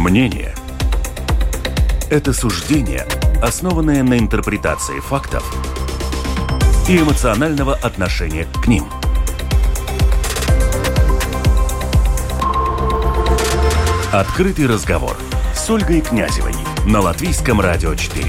Мнение – это суждение, основанное на интерпретации фактов и эмоционального отношения к ним. Открытый разговор с Ольгой Князевой на Латвийском радио 4.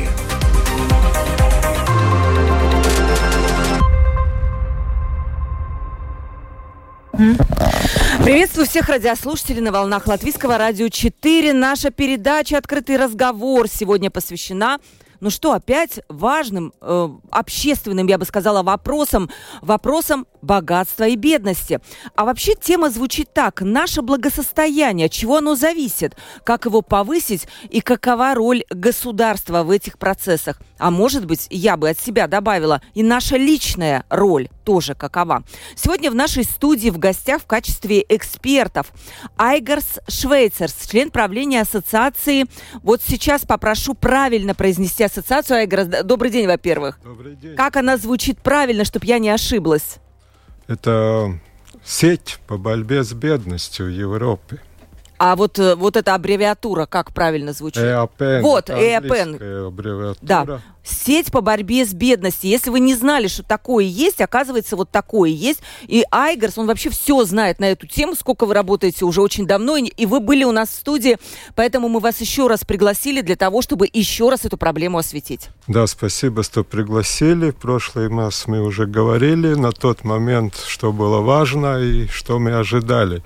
Приветствую всех радиослушателей на волнах Латвийского радио 4. Наша передача «Открытый разговор» сегодня посвящена, опять важным общественным, я бы сказала, вопросам богатства и бедности. А вообще тема звучит так: наше благосостояние, от чего оно зависит, как его повысить и какова роль государства в этих процессах. А может быть, я бы от себя добавила, и наша личная роль тоже какова. Сегодня в нашей студии в гостях в качестве экспертов Айгарс Швейцерс, член правления ассоциации. Вот сейчас попрошу правильно произнести ассоциацию. Айгарс, добрый день, во-первых. Добрый день. Как она звучит правильно, чтобы я не ошиблась? Это сеть по борьбе с бедностью в Европе. А вот эта аббревиатура, как правильно звучит? ЭАПН. Вот, ЭАПН. Аббревиатура. Да. Сеть по борьбе с бедностью. Если вы не знали, что такое есть, оказывается, вот такое есть. И Айгарс, он вообще все знает на эту тему, сколько вы работаете уже очень давно, и вы были у нас в студии, поэтому мы вас еще раз пригласили для того, чтобы еще раз эту проблему осветить. Да, спасибо, что пригласили. В прошлый раз мы уже говорили на тот момент, что было важно и что мы ожидали.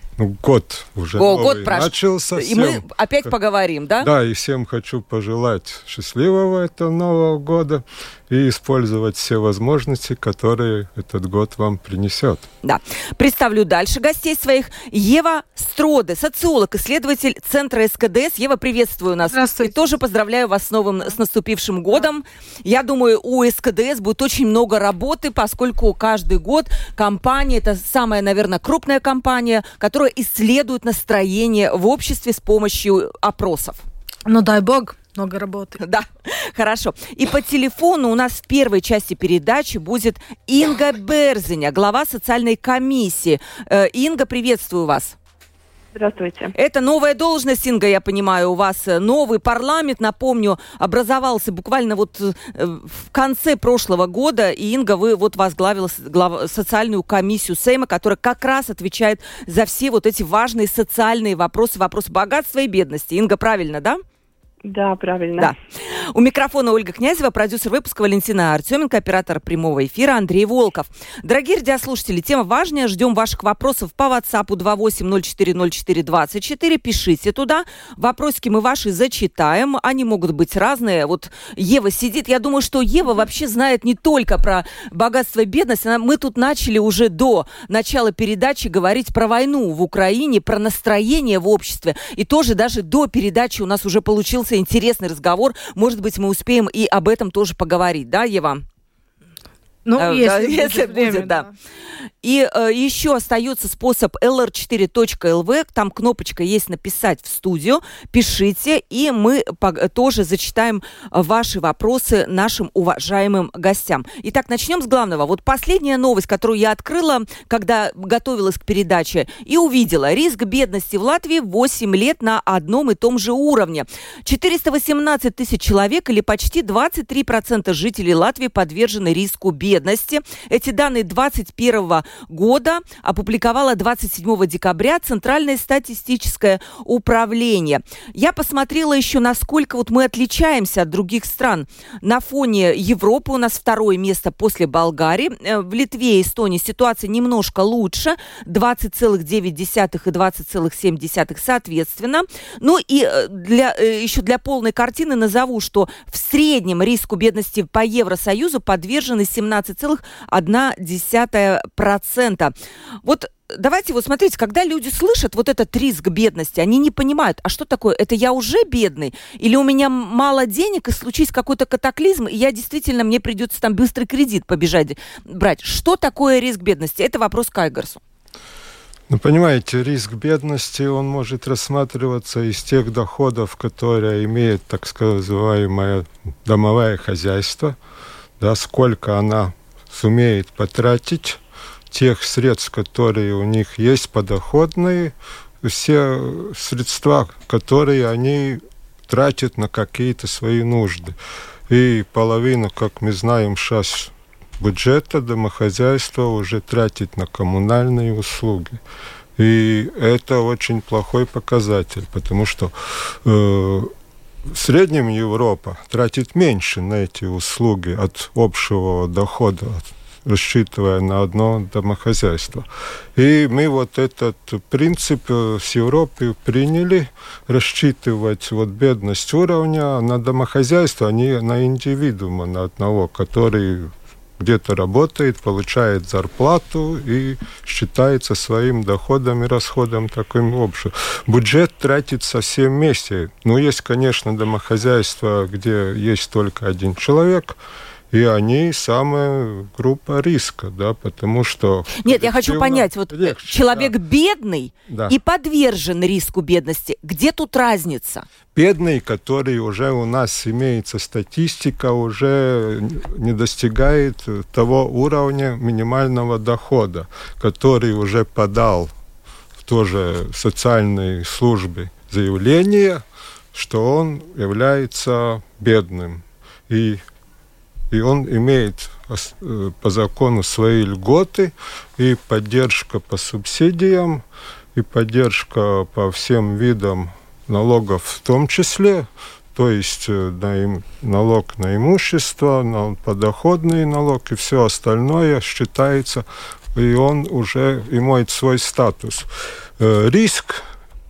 Год уже год начался. И мы опять поговорим, да? Да, и всем хочу пожелать счастливого этого Нового года и использовать все возможности, которые этот год вам принесет. Да. Представлю дальше гостей своих. Ева Строде, социолог, исследователь Центра СКДС. Ева, приветствую нас. Здравствуйте. И тоже поздравляю вас с наступившим годом. Я думаю, у СКДС будет очень много работы, поскольку каждый год компания, это самая, наверное, крупная компания, которая исследует настроение в обществе с помощью опросов. Дай бог. Много работы. Да, хорошо. И по телефону у нас в первой части передачи будет Инга Берзиня, глава социальной комиссии. Инга, приветствую вас. Здравствуйте. Это новая должность, Инга, я понимаю, у вас новый парламент, напомню, образовался буквально в конце прошлого года, и, Инга, вы возглавила социальную комиссию Сейма, которая как раз отвечает за все эти важные социальные вопросы богатства и бедности. Инга, правильно, да? Да, правильно. Да. У микрофона Ольга Князева, продюсер выпуска Валентина Артеменко, оператор прямого эфира Андрей Волков. Дорогие радиослушатели, тема важная. Ждем ваших вопросов по WhatsApp 28040424. Пишите туда. Вопросики мы ваши зачитаем. Они могут быть разные. Ева сидит. Я думаю, что Ева вообще знает не только про богатство и бедность. Мы тут начали уже до начала передачи говорить про войну в Украине, про настроение в обществе. И тоже даже до передачи у нас уже получился интересный разговор. Может быть, мы успеем и об этом тоже поговорить, да, Ева? Если будет, да. И еще остается способ lr4.lv, там кнопочка есть «Написать в студию», пишите, и мы тоже зачитаем ваши вопросы нашим уважаемым гостям. Итак, начнем с главного. Последняя новость, которую я открыла, когда готовилась к передаче, и увидела: риск бедности в Латвии 8 лет на одном и том же уровне. 418 тысяч человек, или почти 23% жителей Латвии, подвержены риску бедности. Эти данные 2021 года опубликовало 27 декабря Центральное статистическое управление. Я посмотрела еще, насколько мы отличаемся от других стран. На фоне Европы у нас второе место после Болгарии. В Литве и Эстонии ситуация немножко лучше. 20,9 и 20,7 соответственно. И еще для полной картины назову, что в среднем риску бедности по Евросоюзу подвержены 17,1%. Давайте смотрите, когда люди слышат этот риск бедности, они не понимают, а что такое? Это я уже бедный? Или у меня мало денег, и случится какой-то катаклизм, и мне придется там быстрый кредит побежать брать. Что такое риск бедности? Это вопрос к Айгарсу. Понимаете, риск бедности, он может рассматриваться из тех доходов, которые имеет, так называемое, домовое хозяйство, сколько она сумеет потратить тех средств, которые у них есть подоходные, все средства, которые они тратят на какие-то свои нужды. И половину, как мы знаем, сейчас бюджета домохозяйства уже тратит на коммунальные услуги. И это очень плохой показатель, потому что в среднем Европа тратит меньше на эти услуги от общего дохода, рассчитывая на одно домохозяйство. И мы вот этот принцип с Европы приняли, рассчитывать вот бедность уровня на домохозяйство, а не на индивидуума, на одного, который где-то работает, получает зарплату и считается своим доходом и расходом таким общим. Бюджет тратит совсем вместе. Ну, есть, конечно, домохозяйства, где есть только один человек, и они самая группа риска, да, потому что... Нет, я хочу понять, вот легче, человек бедный да. и подвержен риску бедности. Где тут разница? Бедный, который уже у нас имеется статистика, уже не достигает того уровня минимального дохода, который уже подал в тоже социальной службе заявление, что он является бедным. И он имеет по закону свои льготы, и поддержка по субсидиям, и поддержка по всем видам налогов в том числе, то есть налог на имущество, на подоходный налог и все остальное считается, и он уже имеет свой статус. Риск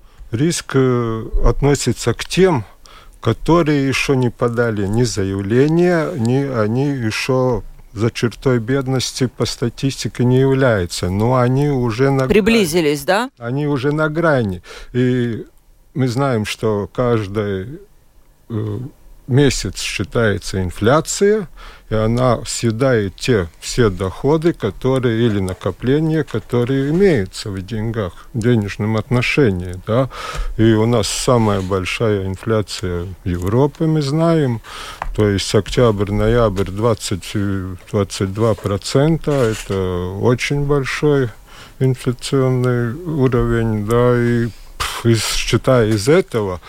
относится к тем, которые еще не подали ни заявления, ни они еще за чертой бедности по статистике не являются. Но они уже на приблизились, грани. Да? Они уже на грани. И мы знаем, что каждый месяц считается инфляция, и она съедает те все доходы, которые или накопления, которые имеются в деньгах, в денежном отношении, да. И у нас самая большая инфляция в Европе, мы знаем, то есть октябрь-ноябрь 22%, это очень большой инфляционный уровень, да, и считая из этого,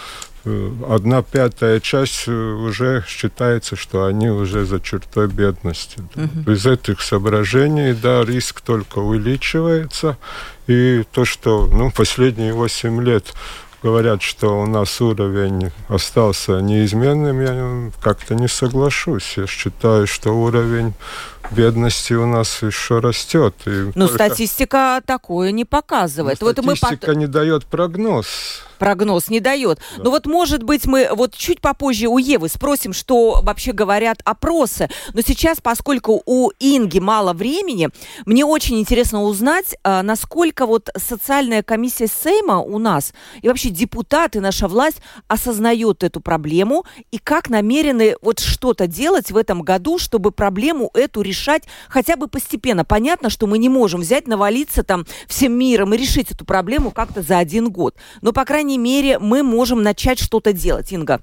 1/5 часть уже считается, что они уже за чертой бедности. Из этих соображений, да, риск только увеличивается. И то, что последние 8 лет говорят, что у нас уровень остался неизменным, я как-то не соглашусь. Я считаю, что уровень бедности у нас еще растет. Но статистика такое не показывает. Статистика не дает прогноз. Прогноз не дает. Да. Но вот, может быть, мы вот чуть попозже у Евы спросим, что вообще говорят опросы. Но сейчас, поскольку у Инги мало времени, мне очень интересно узнать, насколько вот социальная комиссия Сейма у нас и вообще депутаты, наша власть осознают эту проблему и как намерены вот что-то делать в этом году, чтобы проблему эту решать хотя бы постепенно. Понятно, что мы не можем взять, навалиться там всем миром и решить эту проблему как-то за 1 год. Но, по крайней мере, мы можем начать что-то делать. Инга.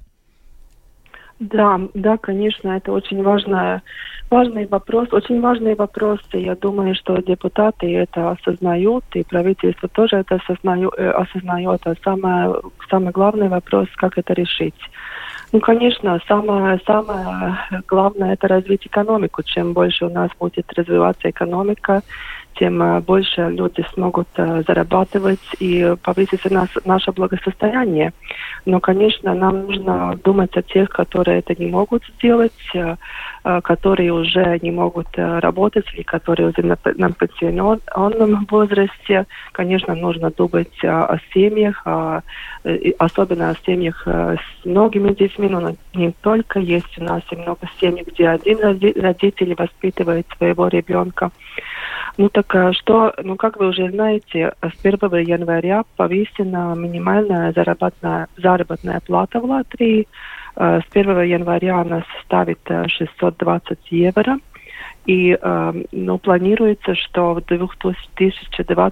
Да, конечно, это очень важный вопрос, очень важные вопросы. Я думаю, что депутаты это осознают, и правительство тоже это осознает. А самый главный вопрос, как это решить. Конечно, самое главное это развить экономику. Чем больше у нас будет развиваться экономика, тем больше люди смогут зарабатывать и повысится наше благосостояние. Но, конечно, нам нужно думать о тех, которые это не могут сделать, которые уже не могут работать или которые уже на пенсионном возрасте. Конечно, нужно думать о семьях, особенно о семьях с многими детьми, но не только. Есть у нас и много семей, где один родитель воспитывает своего ребенка. Как вы уже знаете, с 1 января повысена минимальная заработная плата в Латвии. С 1 января она составит 620 евро. И планируется, что в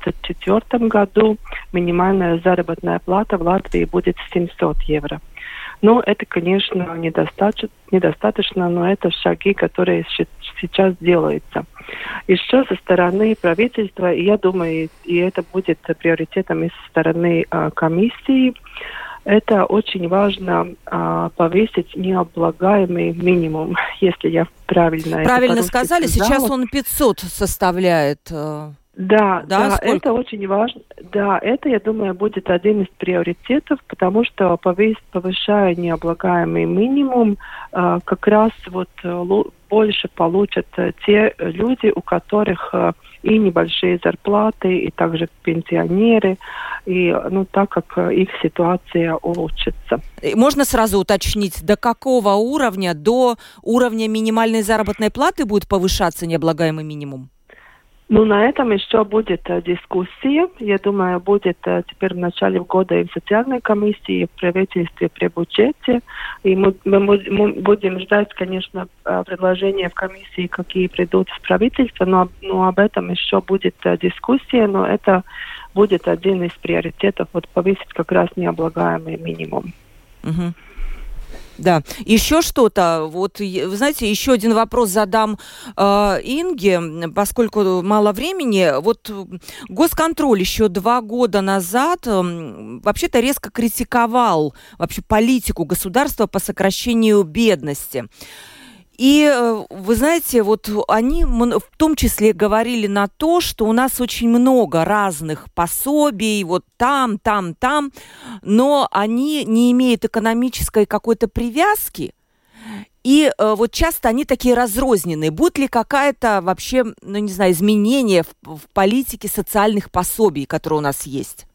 2024 году минимальная заработная плата в Латвии будет 700 евро. Но это, конечно, недостаточно, но это шаги, которые сейчас делаются. Еще со стороны правительства, я думаю, и это будет приоритетом и со стороны комиссии, это очень важно повысить необлагаемый минимум, если я правильно сказали, сейчас он 500 составляет. Да, это очень важно. Да, это, я думаю, будет один из приоритетов, потому что повышая необлагаемый минимум, как раз вот больше получат те люди, у которых и небольшие зарплаты, и также пенсионеры, и так как их ситуация улучшится. Можно сразу уточнить, до какого уровня? До уровня минимальной заработной платы будет повышаться необлагаемый минимум? На этом еще будет дискуссия. Я думаю, будет теперь в начале года и в социальной комиссии, и в правительстве при бюджете. И мы будем ждать, конечно, предложения в комиссии, какие придут из правительства, но об этом еще будет дискуссия, но это будет один из приоритетов, повысить как раз необлагаемый минимум. Угу. Да. Еще что-то? Вы знаете, еще один вопрос задам Инге, поскольку мало времени. Госконтроль еще 2 года назад вообще-то резко критиковал вообще политику государства по сокращению бедности. И, вы знаете, они в том числе говорили на то, что у нас очень много разных пособий, там, но они не имеют экономической какой-то привязки, и часто они такие разрозненные. Будет ли какая-то вообще, изменение в политике социальных пособий, которые у нас есть?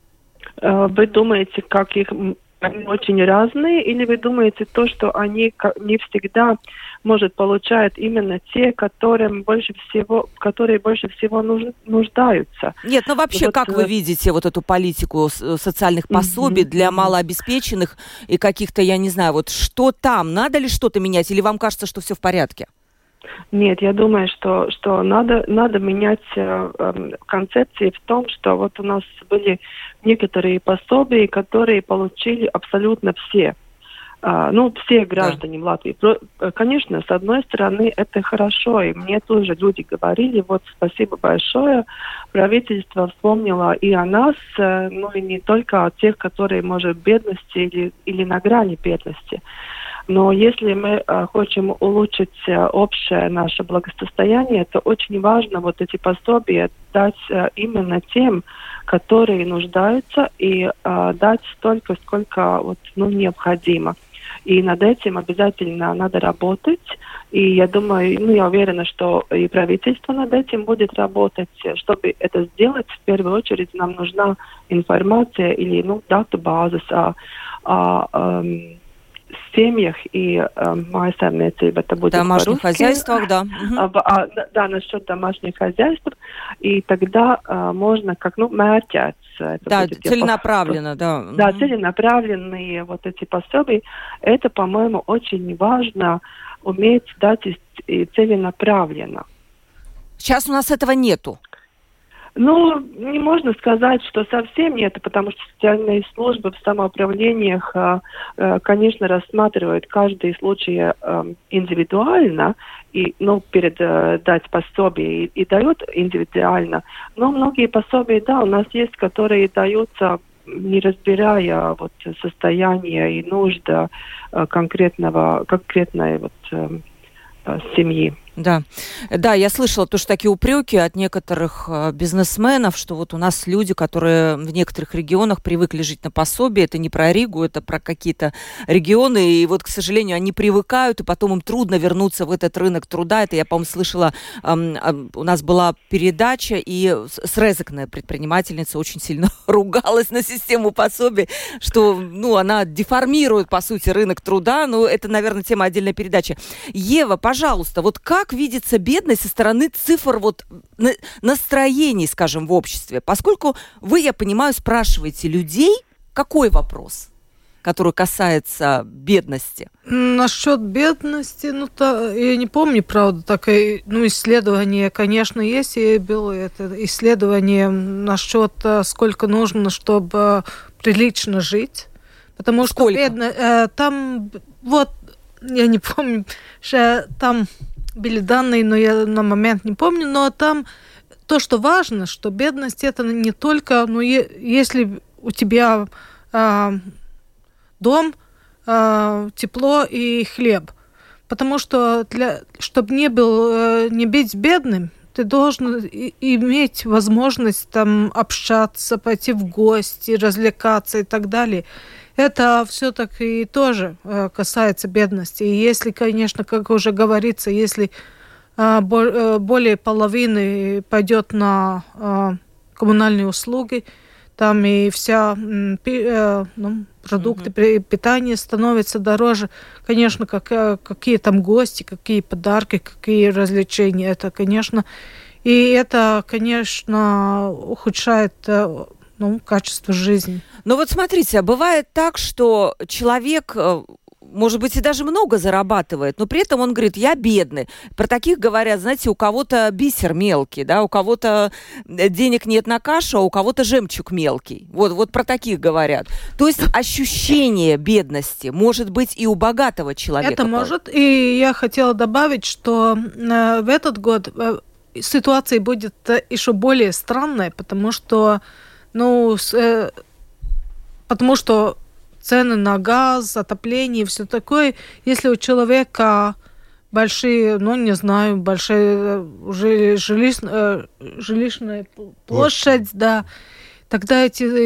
Вы думаете, как их... Они очень разные, или вы думаете то, что они не всегда, получают именно те, которые больше всего нуждаются? Нет, вообще, как вы видите эту политику социальных пособий для малообеспеченных и каких-то, я не знаю, что там? Надо ли что-то менять, или вам кажется, что все в порядке? Нет, я думаю, что надо менять концепции в том, что у нас были некоторые пособия, которые получили абсолютно все. Все граждане в Латвии. Конечно, с одной стороны, это хорошо, и мне тоже люди говорили, спасибо большое, правительство вспомнило и о нас, и не только о тех, которые, может, в бедности или на грани бедности. Но если мы хотим улучшить общее наше благосостояние, то очень важно эти пособия дать именно тем, которые нуждаются, и дать столько, сколько необходимо. И над этим обязательно надо работать. И я думаю, я уверена, что и правительство над этим будет работать. Чтобы это сделать, в первую очередь нам нужна информация или датабазис о семьях и mājasaimniecība, это будет домашних хозяйствах, да. Да, насчет домашних хозяйств. И тогда можно мērķēt. Да, целенаправленно, да. Да, целенаправленные эти пособия. Это, по-моему, очень важно уметь дать и целенаправленно. Сейчас у нас этого нету. Не можно сказать, что совсем нет, потому что социальные службы в самоуправлениях, конечно, рассматривают каждый случай индивидуально и, дать пособие и дают индивидуально. Но многие пособия, да, у нас есть, которые даются, не разбирая состояние и нужда конкретной семьи. Да, я слышала тоже такие упреки от некоторых бизнесменов, что у нас люди, которые в некоторых регионах привыкли жить на пособие, это не про Ригу, это про какие-то регионы, и к сожалению, они привыкают, и потом им трудно вернуться в этот рынок труда. Это я, по-моему, слышала, у нас была передача, и срезекная предпринимательница очень сильно ругалась на систему пособий, что, она деформирует, по сути, рынок труда, это, наверное, тема отдельной передачи. Ева, пожалуйста, как видится бедность со стороны цифр настроений, скажем, в обществе? Поскольку вы, я понимаю, спрашиваете людей, какой вопрос, который касается бедности? Насчет бедности, я не помню, правда, такое, исследование, конечно, есть, и было это исследование насчет, сколько нужно, чтобы прилично жить. Потому что бедно, там, вот, я не помню, что там были данные, но я на момент не помню, но там то, что важно, что бедность это не только, ну, если у тебя дом, тепло и хлеб. Потому что, чтобы не быть бедным, ты должен иметь возможность там общаться, пойти в гости, развлекаться и так далее. Это все-таки тоже касается бедности. И если, конечно, как уже говорится, если более половины пойдет на коммунальные услуги, там и вся продукты питания становятся дороже. Конечно, какие там гости, какие подарки, какие развлечения. Это, конечно, ухудшает качество жизни. Но вот смотрите, бывает так, что человек, может быть, и даже много зарабатывает, но при этом он говорит, я бедный. Про таких говорят, знаете, у кого-то бисер мелкий, да, у кого-то денег нет на кашу, а у кого-то жемчуг мелкий. Вот про таких говорят. То есть ощущение бедности может быть и у богатого человека. Это может. И я хотела добавить, что в этот год ситуация будет еще более странная, потому что цены на газ, отопление и все такое. Если у человека большая жилищная площадь, да, тогда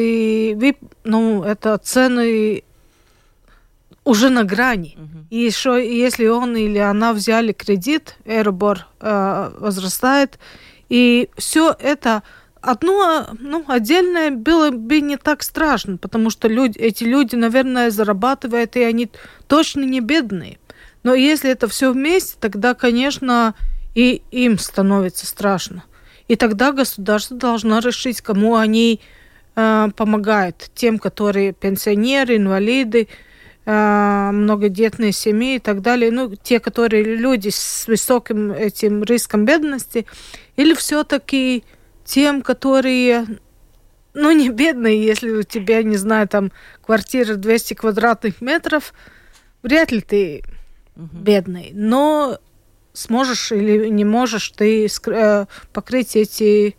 это цены уже на грани. И еще, если он или она взяли кредит, Euribor возрастает, и все это отдельное было бы не так страшно, потому что эти люди, наверное, зарабатывают, и они точно не бедные. Но если это все вместе, тогда, конечно, и им становится страшно. И тогда государство должно решить, кому они помогают. Тем, которые пенсионеры, инвалиды, многодетные семьи и так далее. Те, которые люди с высоким этим риском бедности, или все-таки тем, которые, не бедные, если у тебя, не знаю, там квартира 200 квадратных метров, вряд ли ты бедный, но сможешь или не можешь ты покрыть эти...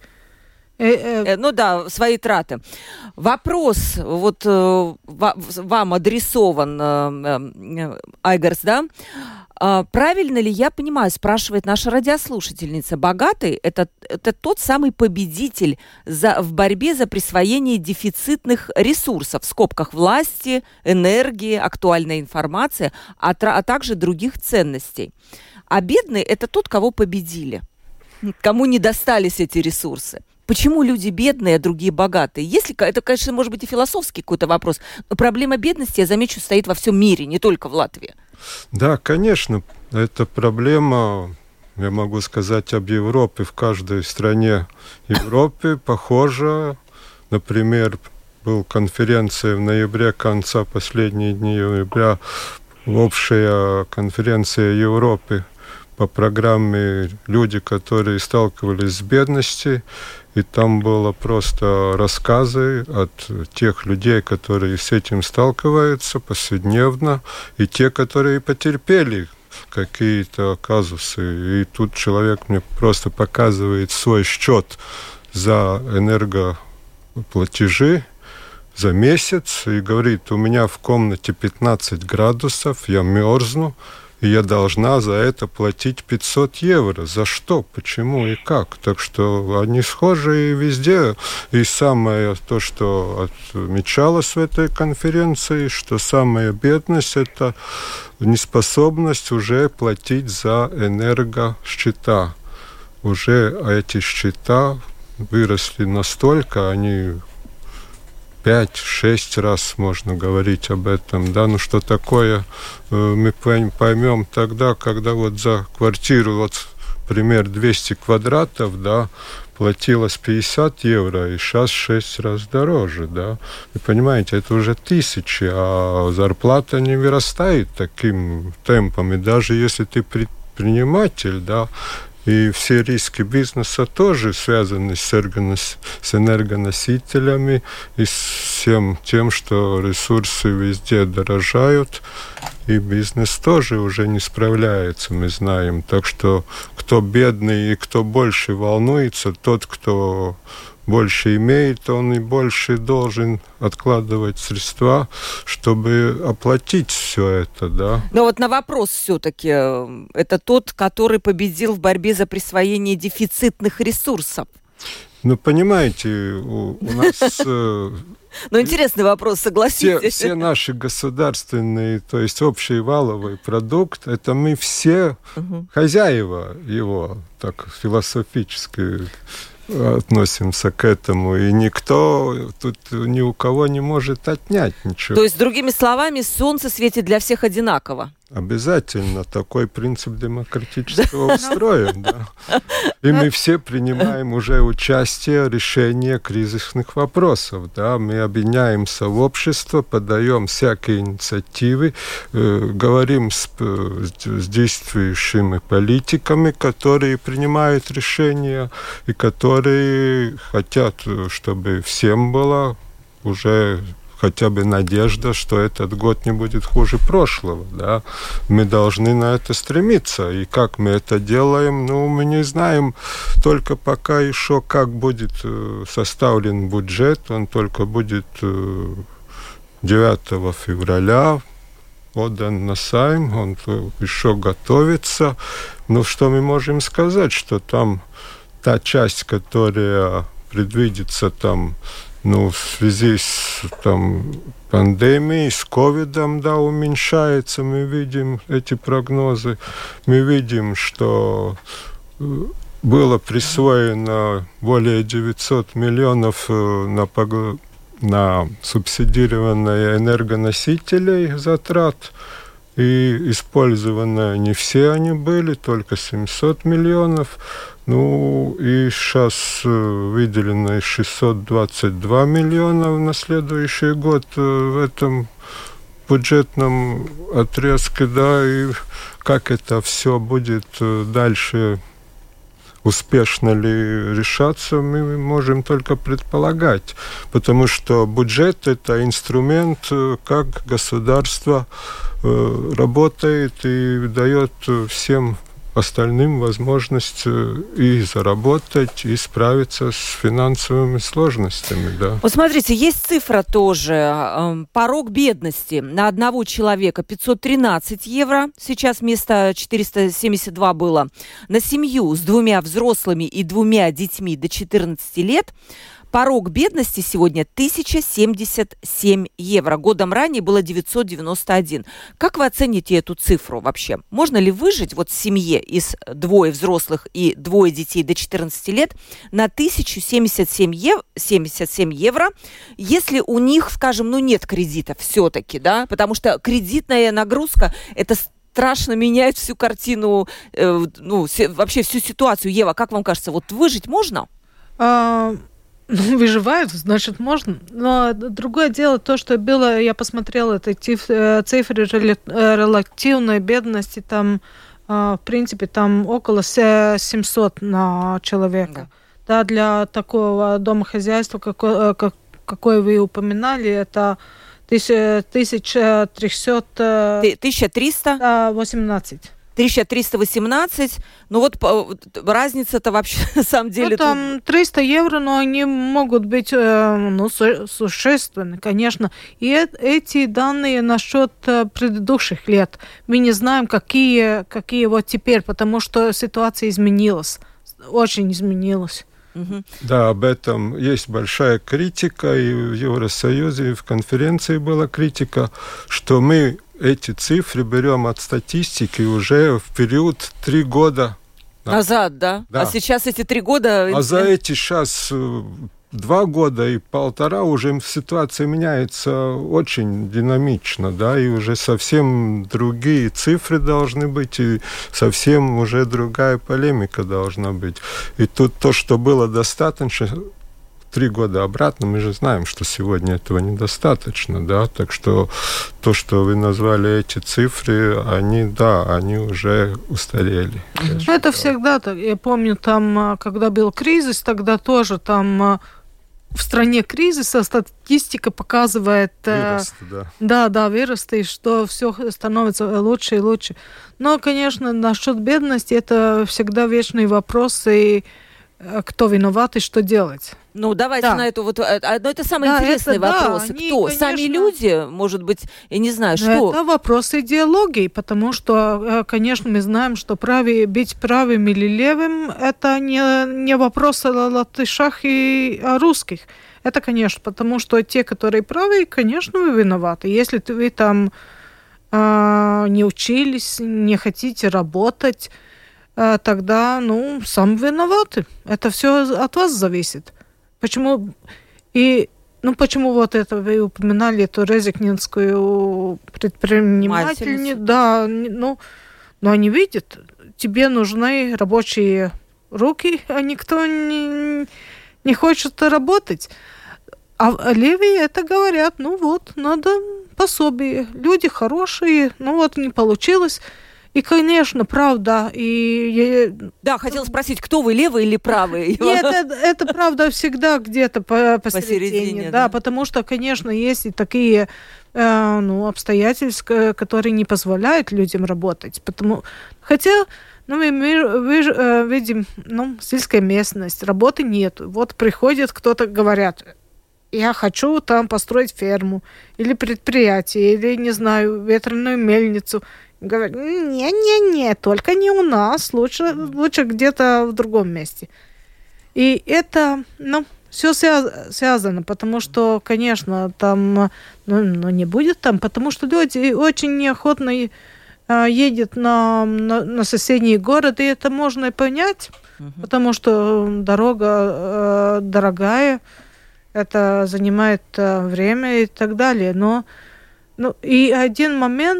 свои траты. Вопрос вам адресован, Айгарс, да? Правильно ли я понимаю, спрашивает наша радиослушательница, богатый – это тот самый победитель в борьбе за присвоение дефицитных ресурсов, в скобках власти, энергии, актуальной информации, а также других ценностей. А бедный – это тот, кого победили, кому не достались эти ресурсы. Почему люди бедные, а другие богатые? Это, конечно, может быть и философский какой-то вопрос, но проблема бедности, я замечу, стоит во всем мире, не только в Латвии. Да, конечно, это проблема, я могу сказать, об Европе. В каждой стране Европы похожа. Например, была конференция в ноябре, конца последние дни ноября, общая конференция Европы по программе «Люди, которые сталкивались с бедностью». И там было просто рассказы от тех людей, которые с этим сталкиваются повседневно, и те, которые потерпели какие-то казусы. И тут человек мне просто показывает свой счет за энергоплатежи за месяц и говорит, у меня в комнате 15 градусов, я мерзну, и я должна за это платить 500 евро. За что? Почему и как? Так что они схожи везде. И самое то, что отмечалось в этой конференции, что самая бедность – это неспособность уже платить за энергосчета. Уже эти счета выросли настолько, они 5-6 раз можно говорить об этом, да, что такое мы поймем тогда, когда за квартиру, например, 200 квадратов, да, платилось 50 евро, и сейчас 6 раз дороже, да. Вы понимаете, это уже тысячи, а зарплата не вырастает таким темпом, и даже если ты предприниматель, да, И все риски бизнеса тоже связаны с энергоносителями и с всем тем, что ресурсы везде дорожают, и бизнес тоже уже не справляется, мы знаем. Так что кто бедный и кто больше волнуется, тот, кто больше имеет, он и больше должен откладывать средства, чтобы оплатить все это, да. Но вот на вопрос все-таки, это тот, который победил в борьбе за присвоение дефицитных ресурсов. Ну, понимаете, у нас... Ну, интересный вопрос, согласитесь. Все наши государственные, то есть общий валовый продукт, это мы все хозяева его, так философически относимся к этому, и никто тут ни у кого не может отнять ничего. То есть, другими словами, солнце светит для всех одинаково. Обязательно. Такой принцип демократического устроен, да. И мы все принимаем уже участие в решении кризисных вопросов, да. Мы объединяемся в общество, подаем всякие инициативы, говорим с действующими политиками, которые принимают решения и которые хотят, чтобы всем было уже хотя бы надежда, что этот год не будет хуже прошлого, да. Мы должны на это стремиться. И как мы это делаем, ну, мы не знаем только пока еще, как будет составлен бюджет. Он только будет 9 февраля отдан на Сайм, он еще готовится. Но что мы можем сказать, что там та часть, которая предвидится там, ну, в связи с пандемией, с ковидом, да, уменьшается. Мы видим эти прогнозы. Мы видим, что было присвоено более 900 миллионов на субсидирование энергоносителей затрат. И использованы не все они были, только 700 миллионов. Ну, и сейчас выделено 622 миллиона на следующий год в этом бюджетном отрезке, да, и как это все будет дальше, успешно ли решаться, мы можем только предполагать, потому что бюджет – это инструмент, как государство работает и дает всем остальным возможность и заработать, и справиться с финансовыми сложностями, да. Вот смотрите, есть цифра тоже. Порог бедности на одного человека 513 евро, сейчас вместо 472 было. На семью с 2 взрослыми и 2 детьми до 14 лет порог бедности сегодня 1077 евро. Годом ранее было 991. Как вы оцените эту цифру вообще? Можно ли выжить вот в семье из 2 взрослых и 2 детей до 14 лет на 1077 евро, если у них, скажем, ну нет кредита все-таки, да? Потому что кредитная нагрузка – это страшно меняет всю картину, вообще всю ситуацию. Ева, как вам кажется, вот выжить можно? Выживают, значит, можно. Но другое дело, то, что было, я посмотрела, это цифры релативной бедности, там, в принципе, там около 700 на человека. Да, для такого домохозяйства, какое вы упоминали, это 1318. 1318, ну вот разница-то вообще на самом деле... Ну, там 300 евро, но они могут быть существенны, конечно. И эти данные насчет предыдущих лет. Мы не знаем, какие вот теперь, потому что ситуация изменилась, очень изменилась. Да, об этом есть большая критика, и в Евросоюзе, и в конференции была критика, что мы эти цифры берем от статистики уже в период 3 года назад, да? А сейчас эти 3 года... А за эти сейчас 2 года и 1,5 уже ситуация меняется очень динамично, да, и уже совсем другие цифры должны быть, и совсем уже другая полемика должна быть. И тут то, что было достаточно 3 года обратно, мы же знаем, что сегодня этого недостаточно, да, так что то, что вы назвали эти цифры, они уже устарели. Это всегда так. Я помню, там, когда был кризис, тогда тоже там в стране кризиса статистика показывает... Выросты, выросты, и что все становится лучше и лучше. Но, конечно, насчет бедности это всегда вечный вопрос, и кто виноват и что делать. Ну, давайте на это вот... Но это самый интересный вопрос. Кто? Конечно, сами люди? Может быть, я не знаю, что? Это вопрос идеологии, потому что, конечно, мы знаем, что быть правым или левым – это не вопрос о латышах и о русских. Это, конечно, потому что те, которые правые, конечно, вы виноваты. Если вы там не учились, не хотите работать, тогда, сам виноваты. Это все от вас зависит. Почему? Почему вот это вы упоминали, эту резекненскую предпринимательницу? Да, но они видят, тебе нужны рабочие руки, а никто не хочет работать. А левые это говорят, надо пособие. Люди хорошие, не получилось. И, конечно, правда. Да, хотела спросить, кто вы, левый или правый? Нет, это правда всегда где-то посередине. Да, потому что, конечно, есть и такие обстоятельства, которые не позволяют людям работать. Хотя мы видим, сельская местность, работы нет. Вот приходит кто-то, говорят, я хочу там построить ферму или предприятие, или, не знаю, ветряную мельницу. Говорят, не, только не у нас, лучше где-то в другом месте. И это, все связано, потому что, конечно, там, не будет там, потому что люди очень неохотно едут на соседний город, и это можно и понять, потому что дорога дорогая, это занимает время и так далее. Но и один момент...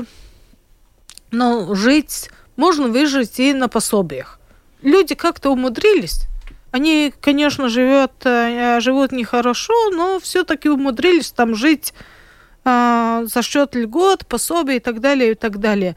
можно выжить и на пособиях. Люди как-то умудрились. Они, конечно, живут нехорошо, но все-таки умудрились там жить за счет льгот, пособий и так далее, и так далее.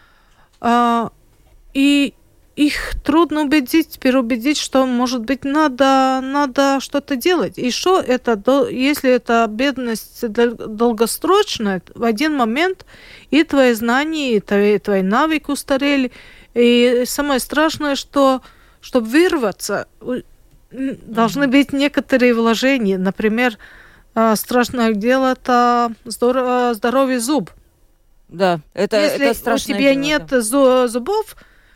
И их трудно переубедить, что, может быть, надо что-то делать. И что это, если это бедность долгосрочная, в один момент и твои знания, и твои навыки устарели. И самое страшное, что чтобы вырваться, должны быть некоторые вложения. Например, страшное дело – это здоровый зуб. Да, это страшное дело. Если у тебя нет зубов,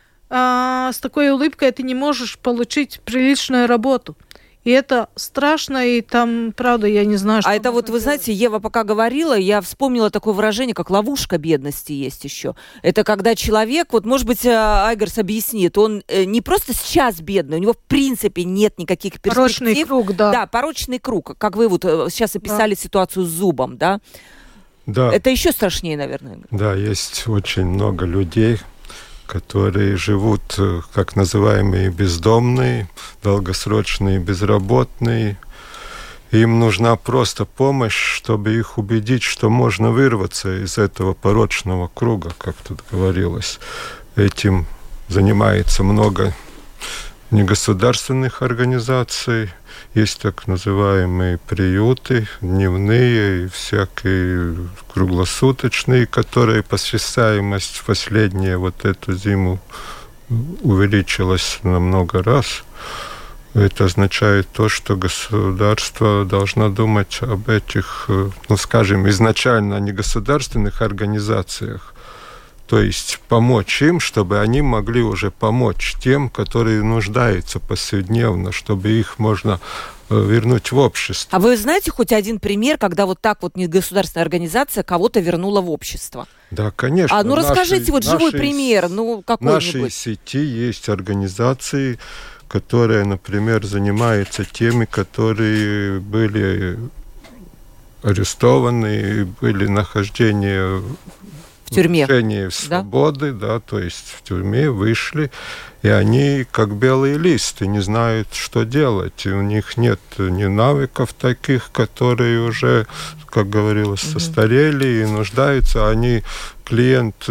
с такой улыбкой ты не можешь получить приличную работу. И это страшно, и там, правда, я не знаю, что... А это вот, вы знаете, Ева пока говорила, я вспомнила такое выражение, как ловушка бедности есть еще. Это когда человек, вот, может быть, Айгарс объяснит, он не просто сейчас бедный, у него, в принципе, нет никаких перспектив. Порочный круг, да. Да, порочный круг, как вы вот сейчас описали ситуацию с зубом, да? Да. Это еще страшнее, наверное. Да, есть очень много людей, которые живут, как называемые, бездомные, долгосрочные безработные. Им нужна просто помощь, чтобы их убедить, что можно вырваться из этого порочного круга, как тут говорилось. Этим занимается много негосударственных организаций. Есть так называемые приюты, дневные и всякие круглосуточные, которые посещаемость в последнюю вот эту зиму увеличилась на много раз. Это означает то, что государство должно думать об этих, скажем, изначально негосударственных организациях, то есть помочь им, чтобы они могли уже помочь тем, которые нуждаются повседневно, чтобы их можно вернуть в общество. А вы знаете хоть один пример, когда вот так вот негосударственная организация кого-то вернула в общество? Да, конечно. Расскажите вот живой пример, какой-нибудь. В нашей сети есть организации, которые, например, занимаются теми, которые были арестованы, были нахождения в тюрьме, лишении свободы, да, то есть в тюрьме вышли, и они как белый лист, и не знают, что делать. И у них нет ни навыков таких, которые уже, как говорилось, состарели и нуждаются. Они клиент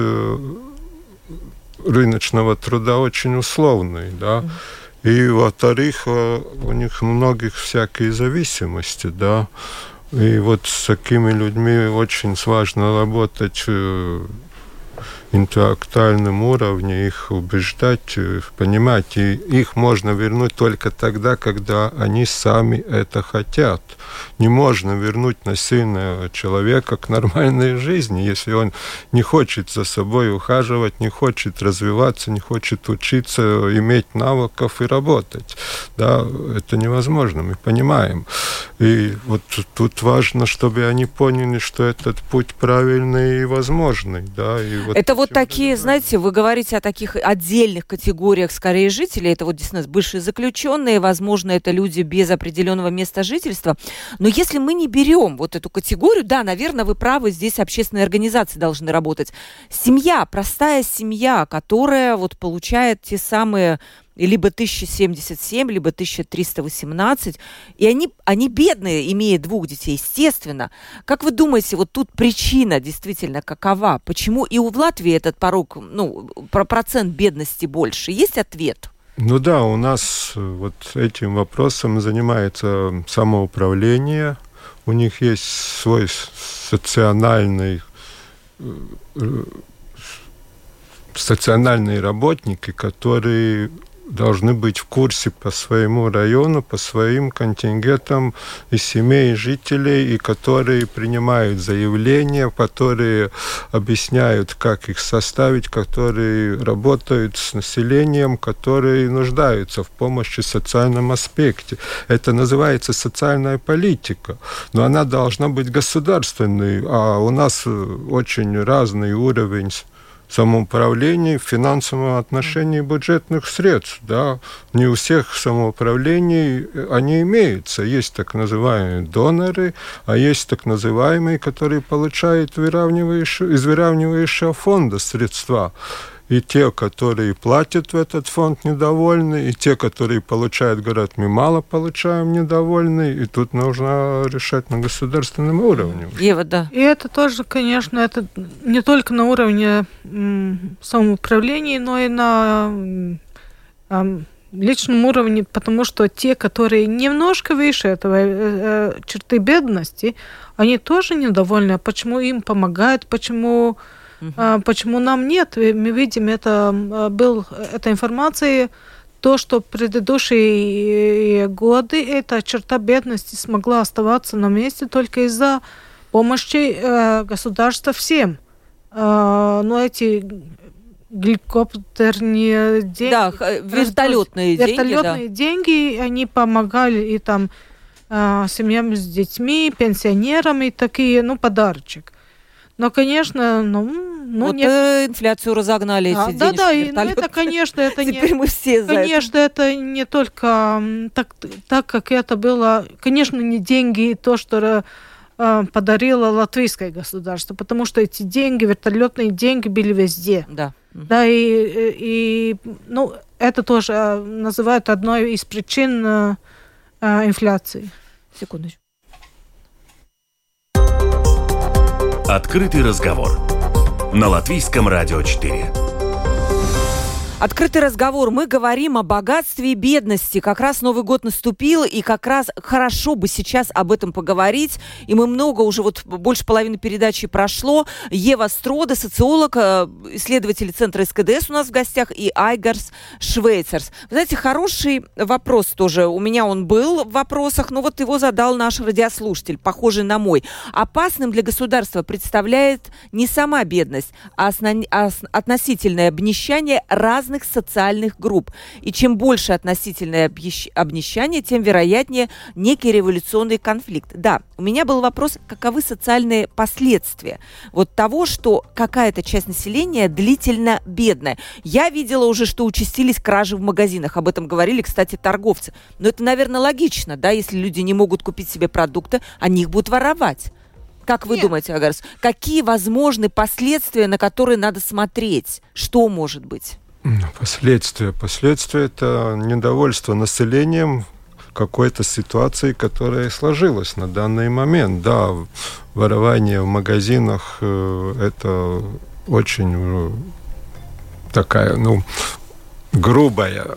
рыночного труда очень условный, да. И, во-вторых, у них многих всякие зависимости, да. И вот с такими людьми очень важно работать интеллектуальном уровне, их убеждать, понимать. И их можно вернуть только тогда, когда они сами это хотят. Не можно вернуть насильного человека к нормальной жизни, если он не хочет за собой ухаживать, не хочет развиваться, не хочет учиться, иметь навыков и работать. Да, это невозможно, мы понимаем. И вот тут важно, чтобы они поняли, что этот путь правильный и возможный. Да, и вот это вот такие, знаете, вы говорите о таких отдельных категориях, скорее, жителей. Это вот действительно бывшие заключенные, возможно, это люди без определенного места жительства. Но если мы не берем вот эту категорию, да, наверное, вы правы, здесь общественные организации должны работать. Семья, простая семья, которая вот получает те самые либо 1077, либо 1318, и они бедные, имея 2 детей, естественно. Как вы думаете, вот тут причина действительно какова? Почему и у Латвии этот порог, процент бедности больше? Есть ответ? Ну да, у нас вот этим вопросом занимается самоуправление. У них есть свой стационарные работники, которые должны быть в курсе по своему району, по своим контингентам и семей, и жителей, и которые принимают заявления, которые объясняют, как их составить, которые работают с населением, которые нуждаются в помощи в социальном аспекте. Это называется социальная политика, но она должна быть государственной, а у нас очень разный уровень самоуправления в финансовом отношении бюджетных средств. Да. Не у всех самоуправлений они имеются. Есть так называемые доноры, а есть так называемые, которые получают из выравнивающего фонда средства. И те, которые платят в этот фонд, недовольны, и те, которые получают, говорят, мы мало получаем, недовольны, и тут нужно решать на государственном уровне. Ева, да. И это тоже, конечно, это не только на уровне самоуправления, но и на личном уровне, потому что те, которые немножко выше этого черты бедности, они тоже недовольны. А почему им помогают, почему нам нет? Мы видим, эта информация, то, что в предыдущие годы эта черта бедности смогла оставаться на месте только из-за помощи государства всем. Но эти геликоптерные деньги... Да, вертолетные деньги, они помогали и там семьям с детьми, пенсионерам, и такие, подарочек. Но, конечно, инфляцию разогнали эти денежки. Да, это, конечно, это теперь мы все за конечно, это не только так, как это было. Конечно, не деньги, то, что подарило латвийское государство, потому что эти деньги, вертолетные деньги, были везде. Да. Да, и это тоже называют одной из причин инфляции. Секундочку. Открытый разговор на Латвийском радио 4. Открытый разговор. Мы говорим о богатстве и бедности. Как раз Новый год наступил, и как раз хорошо бы сейчас об этом поговорить. И мы много уже, больше половины передачи прошло. Ева Строда, социолог, исследователь Центра СКДС у нас в гостях, и Айгарс Швейцерс. Вы знаете, хороший вопрос тоже. У меня он был в вопросах, но его задал наш радиослушатель, похожий на мой. Опасным для государства представляет не сама бедность, а относительное обнищание разных социальных групп. И чем больше относительное обнищание, тем вероятнее некий революционный конфликт. Да, у меня был вопрос, каковы социальные последствия того, что какая-то часть населения длительно бедная. Я видела уже, что участились кражи в магазинах. Об этом говорили, кстати, торговцы. Но это, наверное, логично, да, если люди не могут купить себе продукты, они их будут воровать. Как вы думаете, Агарс, какие возможны последствия, на которые надо смотреть? Что может быть? Последствия. Последствия – это недовольство населением какой-то ситуации, которая сложилась на данный момент. Да, ворование в магазинах – это очень такая, грубая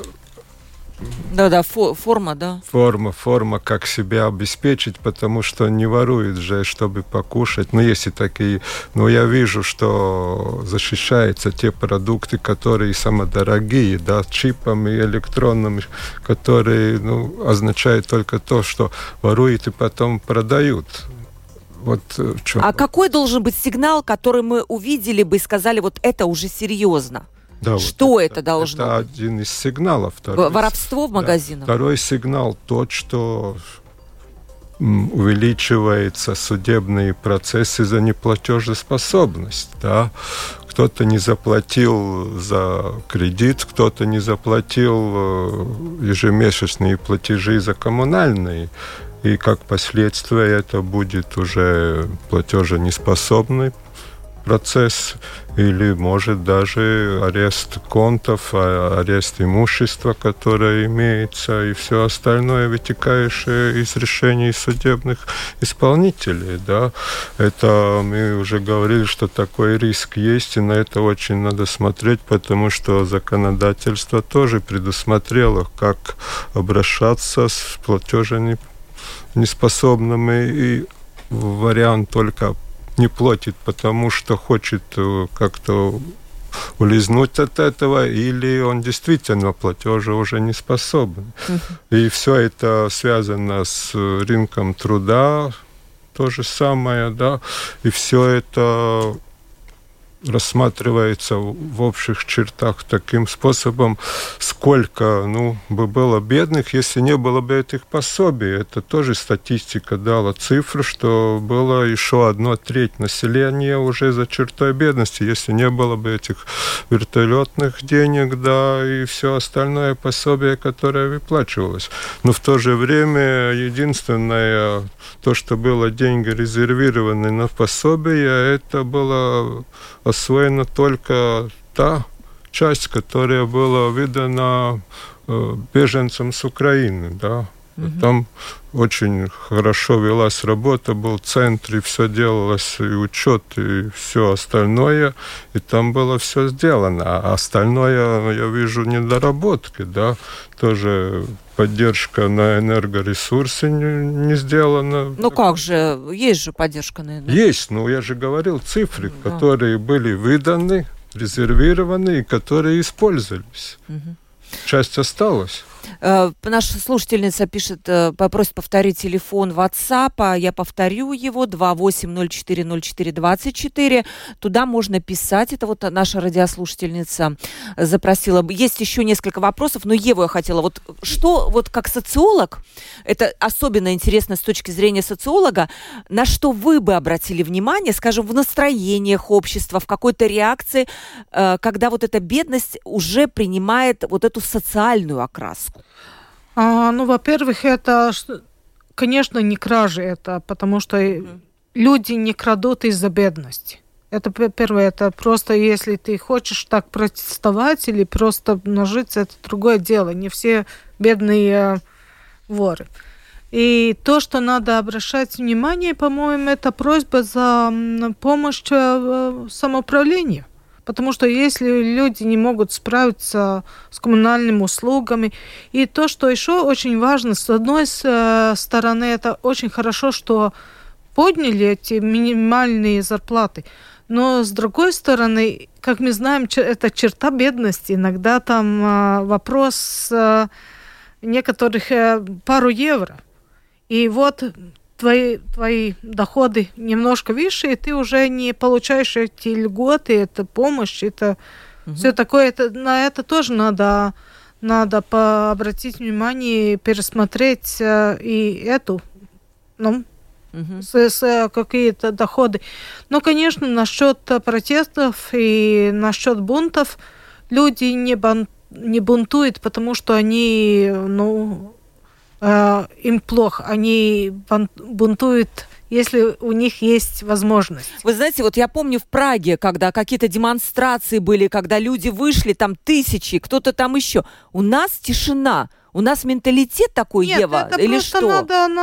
форма, да. Форма, как себя обеспечить, потому что не воруют же, чтобы покушать. Есть и такие. Но я вижу, что защищаются те продукты, которые самые дорогие, да, чипами электронными, которые, означают только то, что воруют и потом продают. Вот в чем. А какой должен быть сигнал, который мы увидели бы и сказали, вот это уже серьезно? Да, что это должно быть? Это один из сигналов. Воровство в магазинах? Второй сигнал тот, что увеличиваются судебные процессы за неплатежеспособность. Да? Кто-то не заплатил за кредит, кто-то не заплатил ежемесячные платежи за коммунальные. И как последствие это будет уже платеженеспособный процесс, или может даже арест контов, арест имущества, которое имеется, и все остальное, вытекающее из решений судебных исполнителей. Да? Это мы уже говорили, что такой риск есть, и на это очень надо смотреть, потому что законодательство тоже предусмотрело, как обращаться с платеженеспособными, и вариант только не платит, потому что хочет как-то улизнуть от этого, или он действительно платежа уже не способен. И все это связано с рынком труда, то же самое, да, и все это рассматривается в общих чертах таким способом, сколько бы было бедных, если не было бы этих пособий. Это тоже статистика дала цифру, что было еще 1/3 населения уже за чертой бедности, если не было бы этих вертолетных денег, да, и все остальное пособие, которое выплачивалось. Но в то же время единственное, то, что было деньги резервированы на пособие, это было освоена только та часть, которая была выдана беженцам с Украины, да. Там очень хорошо велась работа, был центр, и все делалось, и учет, и все остальное, и там было все сделано. А остальное, я вижу, недоработки, да, тоже поддержка на энергоресурсы не сделана. Как же, есть же поддержка на энергоресурсы. Есть, я же говорил цифры, которые были выданы, резервированы, и которые использовались. Часть осталась. Наша слушательница пишет, просит повторить телефон WhatsApp, я повторю его, 28040424. Туда можно писать, это вот наша радиослушательница запросила. Есть еще несколько вопросов, но Еву я хотела. Что как социолог, это особенно интересно с точки зрения социолога, на что вы бы обратили внимание, скажем, в настроениях общества, в какой-то реакции, когда эта бедность уже принимает эту социальную окраску? Во-первых, это, конечно, не кражи это, потому что люди не крадут из-за бедности. Это первое, это просто если ты хочешь так протестовать или просто нажиться, это другое дело. Не все бедные воры. И то, что надо обращать внимание, по-моему, это просьба за помощь самоуправлению. Потому что если люди не могут справиться с коммунальными услугами, и то, что еще очень важно, с одной стороны, это очень хорошо, что подняли эти минимальные зарплаты, но с другой стороны, как мы знаем, это черта бедности. Иногда там вопрос некоторых пару евро. И твои доходы немножко выше, и ты уже не получаешь эти льготы, это помощь, это все такое. На это тоже надо обратить внимание, пересмотреть и эту, с какие-то доходы. Но, конечно, насчет протестов и насчет бунтов люди не бунтуют, потому что они, им плохо, они бунтуют, если у них есть возможность. Вы знаете, вот я помню в Праге, когда какие-то демонстрации были, когда люди вышли, там тысячи, кто-то там еще. У нас тишина. У нас менталитет такой, Нет, Ева, это или просто что?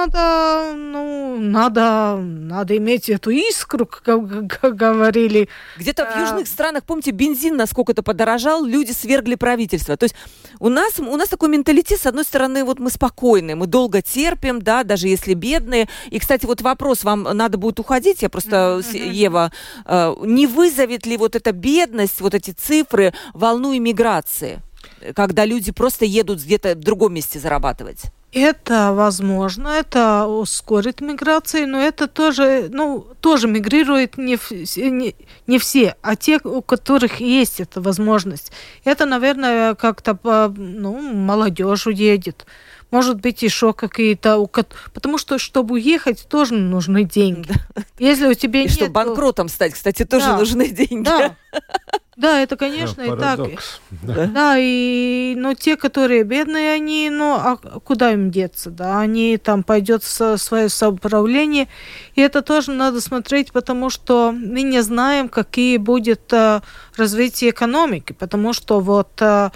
Надо иметь эту искру, как говорили. Где-то в южных странах, помните, бензин насколько-то подорожал, люди свергли правительство. То есть у нас такой менталитет, с одной стороны, вот мы спокойны, мы долго терпим, да, даже если бедные. И, кстати, вот вопрос, вам надо будет уходить, я просто, Ева, не вызовет ли вот эта бедность, вот эти цифры, волну иммиграции, когда люди просто едут где-то в другом месте зарабатывать? Это возможно, это ускорит миграцию, но это тоже мигрируют не все, а те, у которых есть эта возможность. Это, наверное, как-то молодежь уедет. Может быть, еще какие-то... Потому что, чтобы уехать, тоже нужны деньги. Если у тебя нет... чтобы банкротом стать, кстати, тоже нужны деньги. Да, это, конечно, и так. Да, но те, которые бедные, они, а куда им деться? Да, они там пойдут в свое самоуправление. И это тоже надо смотреть, потому что мы не знаем, какие будет развитие экономики. Потому что вот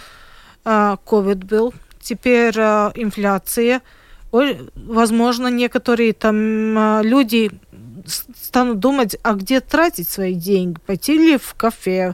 COVID был, теперь инфляция. Возможно, некоторые там люди станут думать, а где тратить свои деньги? Пойти ли в кафе,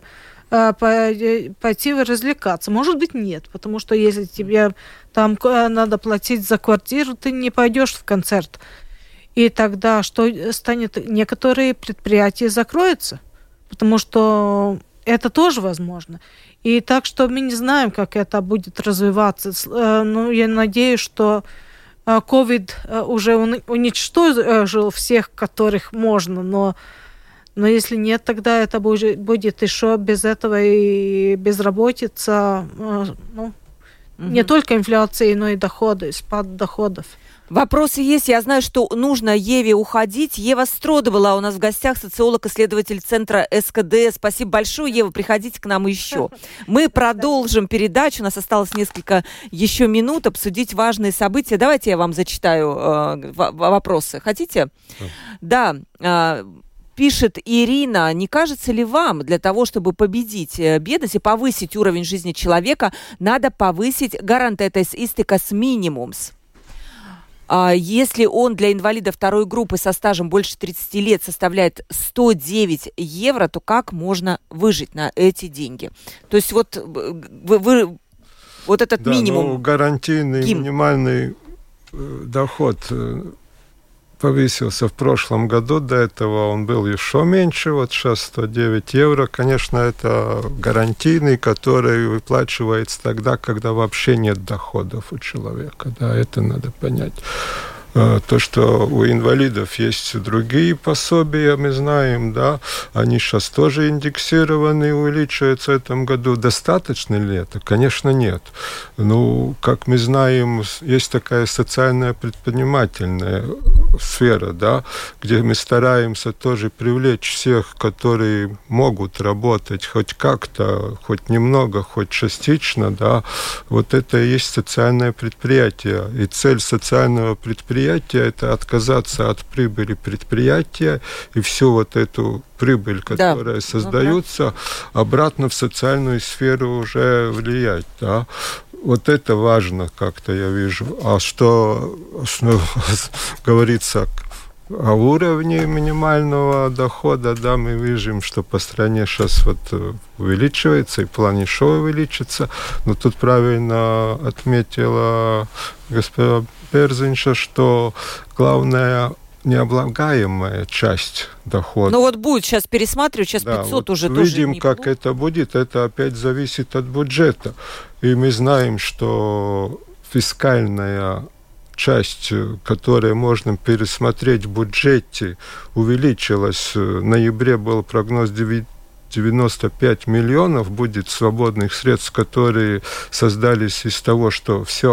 пойти развлекаться? Может быть, нет, потому что если тебе там надо платить за квартиру, ты не пойдешь в концерт. И тогда что станет? Некоторые предприятия закроются, потому что это тоже возможно. И так что мы не знаем, как это будет развиваться. Но я надеюсь, что COVID уже уничтожил всех, которых можно, но если нет, тогда это будет еще без этого и безработица, не только инфляции, но и доходы, спад доходов. Вопросы есть. Я знаю, что нужно Еве уходить. Ева Строда была у нас в гостях, социолог-исследователь центра СКД. Спасибо большое, Ева. Приходите к нам еще. Мы продолжим передачу. У нас осталось несколько еще минут обсудить важные события. Давайте я вам зачитаю вопросы. Хотите? Да. Пишет Ирина, не кажется ли вам, для того, чтобы победить бедность и повысить уровень жизни человека, надо повысить гарантētais iztikas минимумс? Если он для инвалида второй группы со стажем больше 30 лет составляет 109 евро, то как можно выжить на эти деньги? То есть вот этот минимум... гарантийный минимальный доход повысился в прошлом году, до этого он был еще меньше, вот сейчас 109 евро. Конечно, это гарантийный, который выплачивается тогда, когда вообще нет доходов у человека. Да, это надо понять. То, что у инвалидов есть другие пособия, мы знаем, да, они сейчас тоже индексированы и увеличиваются в этом году. Достаточно ли это? Конечно, нет. Как мы знаем, есть такая социальная предпринимательная сфера, да, где мы стараемся тоже привлечь всех, которые могут работать хоть как-то, хоть немного, хоть частично, да. Вот это и есть социальное предприятие. И цель социального предприятия – это отказаться от прибыли предприятия и всю вот эту прибыль, которая создается, обратно в социальную сферу уже влиять. Да? Вот это важно, как-то я вижу. А что говорится о уровне минимального дохода, да, мы видим, что по стране сейчас вот увеличивается, и в плане шоу увеличится. Но тут правильно отметила госпожа Берзинша, что главная необлагаемая часть дохода. Ну вот будет сейчас пересматривать, сейчас 500 вот уже тоже. Видим, как это будет. Это опять зависит от бюджета. И мы знаем, что фискальная часть, которую можно пересмотреть в бюджете, увеличилась. В ноябре был прогноз 95 миллионов будет свободных средств, которые создались из того, что все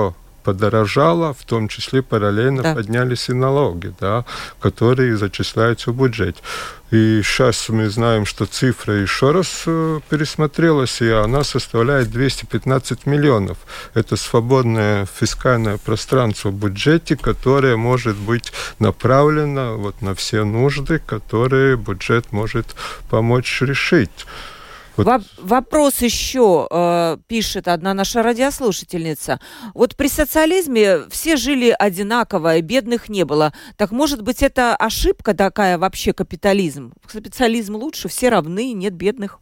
подорожало, в том числе параллельно поднялись и налоги, да, которые зачисляются в бюджет. И сейчас мы знаем, что цифра еще раз пересмотрелась, и она составляет 215 миллионов. Это свободное фискальное пространство в бюджете, которое может быть направлено вот на все нужды, которые бюджет может помочь решить. Вот. Вопрос еще, пишет одна наша радиослушательница. Вот при социализме все жили одинаково, и бедных не было. Так может быть, это ошибка такая вообще, капитализм? Капитализм лучше, все равны, нет бедных.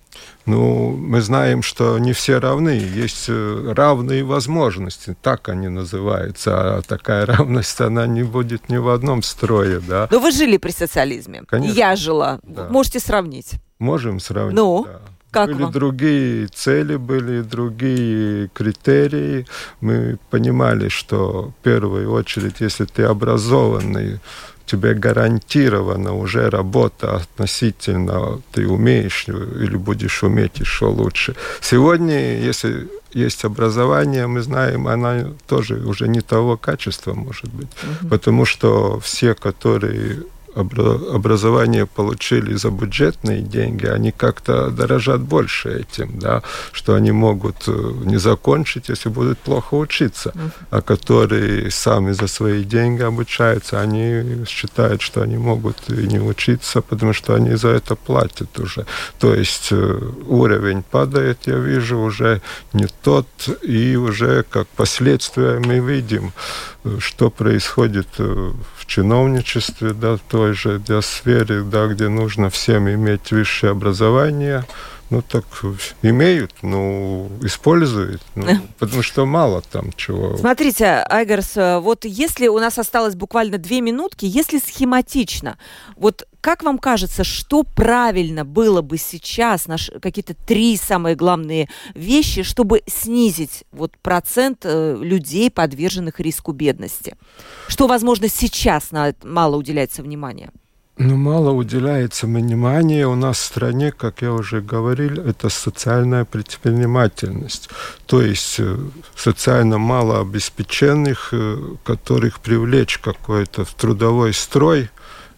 Ну, мы знаем, что не все равны. Есть равные возможности, так они называются. А такая равность, она не будет ни в одном строе, да. Но вы жили при социализме. Конечно. Я жила. Да. Можете сравнить. Можем сравнить, ну, да. Как были вам? Другие цели, были другие критерии. Мы понимали, что в первую очередь, если ты образованный, тебе гарантирована уже работа относительно, ты умеешь или будешь уметь еще лучше. Сегодня, если есть образование, мы знаем, она тоже уже не того качества может быть. Потому что все, которые образование получили за бюджетные деньги, они как-то дорожат больше этим, да, что они могут не закончить, если будут плохо учиться. А которые сами за свои деньги обучаются, они считают, что они могут и не учиться, потому что они за это платят уже. То есть уровень падает, я вижу, уже не тот, и уже как последствия мы видим, что происходит в чиновничестве, да, в той же сфере, да, где нужно всем иметь высшее образование. Ну, так имеют, ну, используют, ну, потому что мало там чего. Смотрите, Айгарс, вот если у нас осталось буквально 2 минутки, если схематично, вот как вам кажется, что правильно было бы сейчас, какие-то 3 самые главные вещи, чтобы снизить вот процент людей, подверженных риску бедности? Что, возможно, сейчас мало уделяется внимания? Ну, мало уделяется внимания. У нас в стране, как я уже говорил, это социальная предпринимательность. То есть социально малообеспеченных, которых привлечь какой-то в трудовой строй,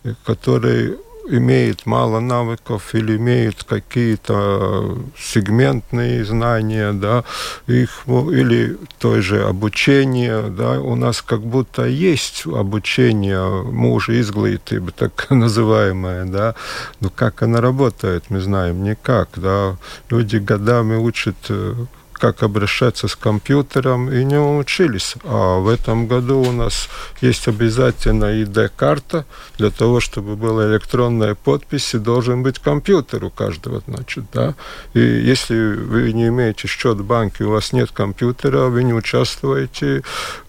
который имеет мало навыков или имеют какие-то сегментные знания, да, их, или то же обучение, да, у нас как будто есть обучение мужа изглытības, так называемое, да, но как оно работает, мы знаем, никак, да, люди годами учат, как обращаться с компьютером, и не учились. А в этом году у нас есть обязательно ID-карта. Для того, чтобы была электронная подпись, и должен быть компьютер у каждого, значит, да. И если вы не имеете счет в банке, у вас нет компьютера, вы не участвуете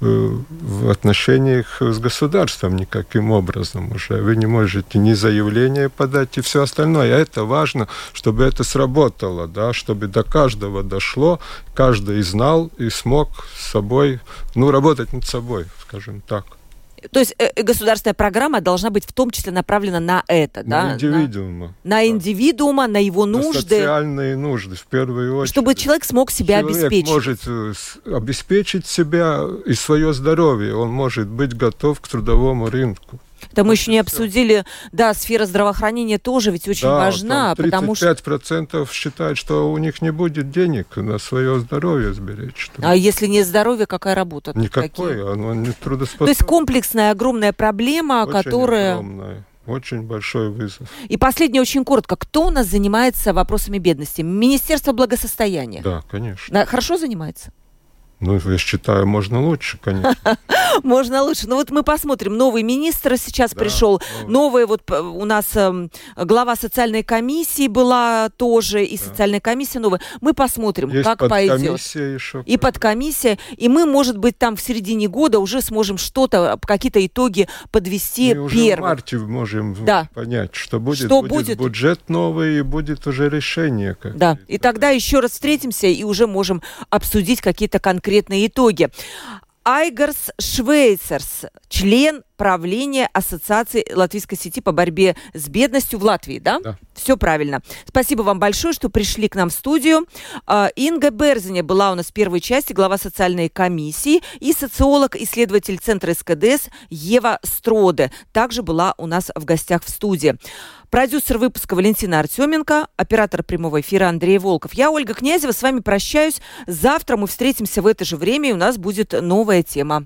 в отношениях с государством никаким образом уже. Вы не можете ни заявление подать, и все остальное. А это важно, чтобы это сработало, да, чтобы до каждого дошло, каждый знал и смог с собой, ну, работать над собой, скажем так. То есть государственная программа должна быть в том числе направлена на это, да? На индивидуума. На индивидуума, на его нужды. На социальные нужды, в первую очередь. Чтобы человек смог себя обеспечить. Человек может обеспечить себя и свое здоровье. Он может быть готов к трудовому рынку. Это мы еще не обсудили, да, сфера здравоохранения тоже ведь очень важна, потому что 35% считают, что у них не будет денег на свое здоровье сберечь. А если нет здоровья, какая работа? Никакой, оно не трудоспособно. То есть комплексная огромная проблема, очень которая... огромная. Очень большой вызов. И последнее, очень коротко. Кто у нас занимается вопросами бедности? Министерство благосостояния. Да, конечно. Хорошо занимается? Ну, я считаю, можно лучше, конечно. Можно лучше. Ну вот мы посмотрим. Новый министр сейчас пришел. Новый вот у нас глава социальной комиссии была тоже, и социальная комиссия новая. Мы посмотрим, есть как пойдет. Еще. И подкомиссия. И мы, может быть, там в середине года уже сможем что-то, какие-то итоги подвести мы первым. Уже в марте можем понять, что будет. Будет бюджет новый, и будет уже решение. Да. И тогда еще раз встретимся и уже можем обсудить какие-то конкретные итоги. Айгарс Швейцерс, член правления Ассоциации латвийской сети по борьбе с бедностью в Латвии, да? Да. Все правильно. Спасибо вам большое, что пришли к нам в студию. Инга Берзиня была у нас в первой части, глава социальной комиссии, и социолог, исследователь Центра СКДС Ева Строде также была у нас в гостях в студии. Продюсер выпуска Валентина Артеменко, оператор прямого эфира Андрей Волков. Я, Ольга Князева, с вами прощаюсь. Завтра мы встретимся в это же время, и у нас будет новая тема.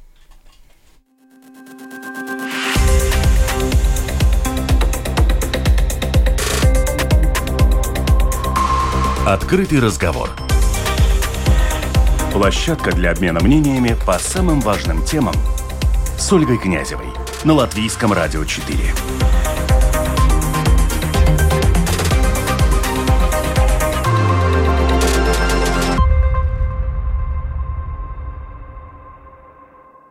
Открытый разговор. Площадка для обмена мнениями по самым важным темам с Ольгой Князевой на Латвийском радио 4.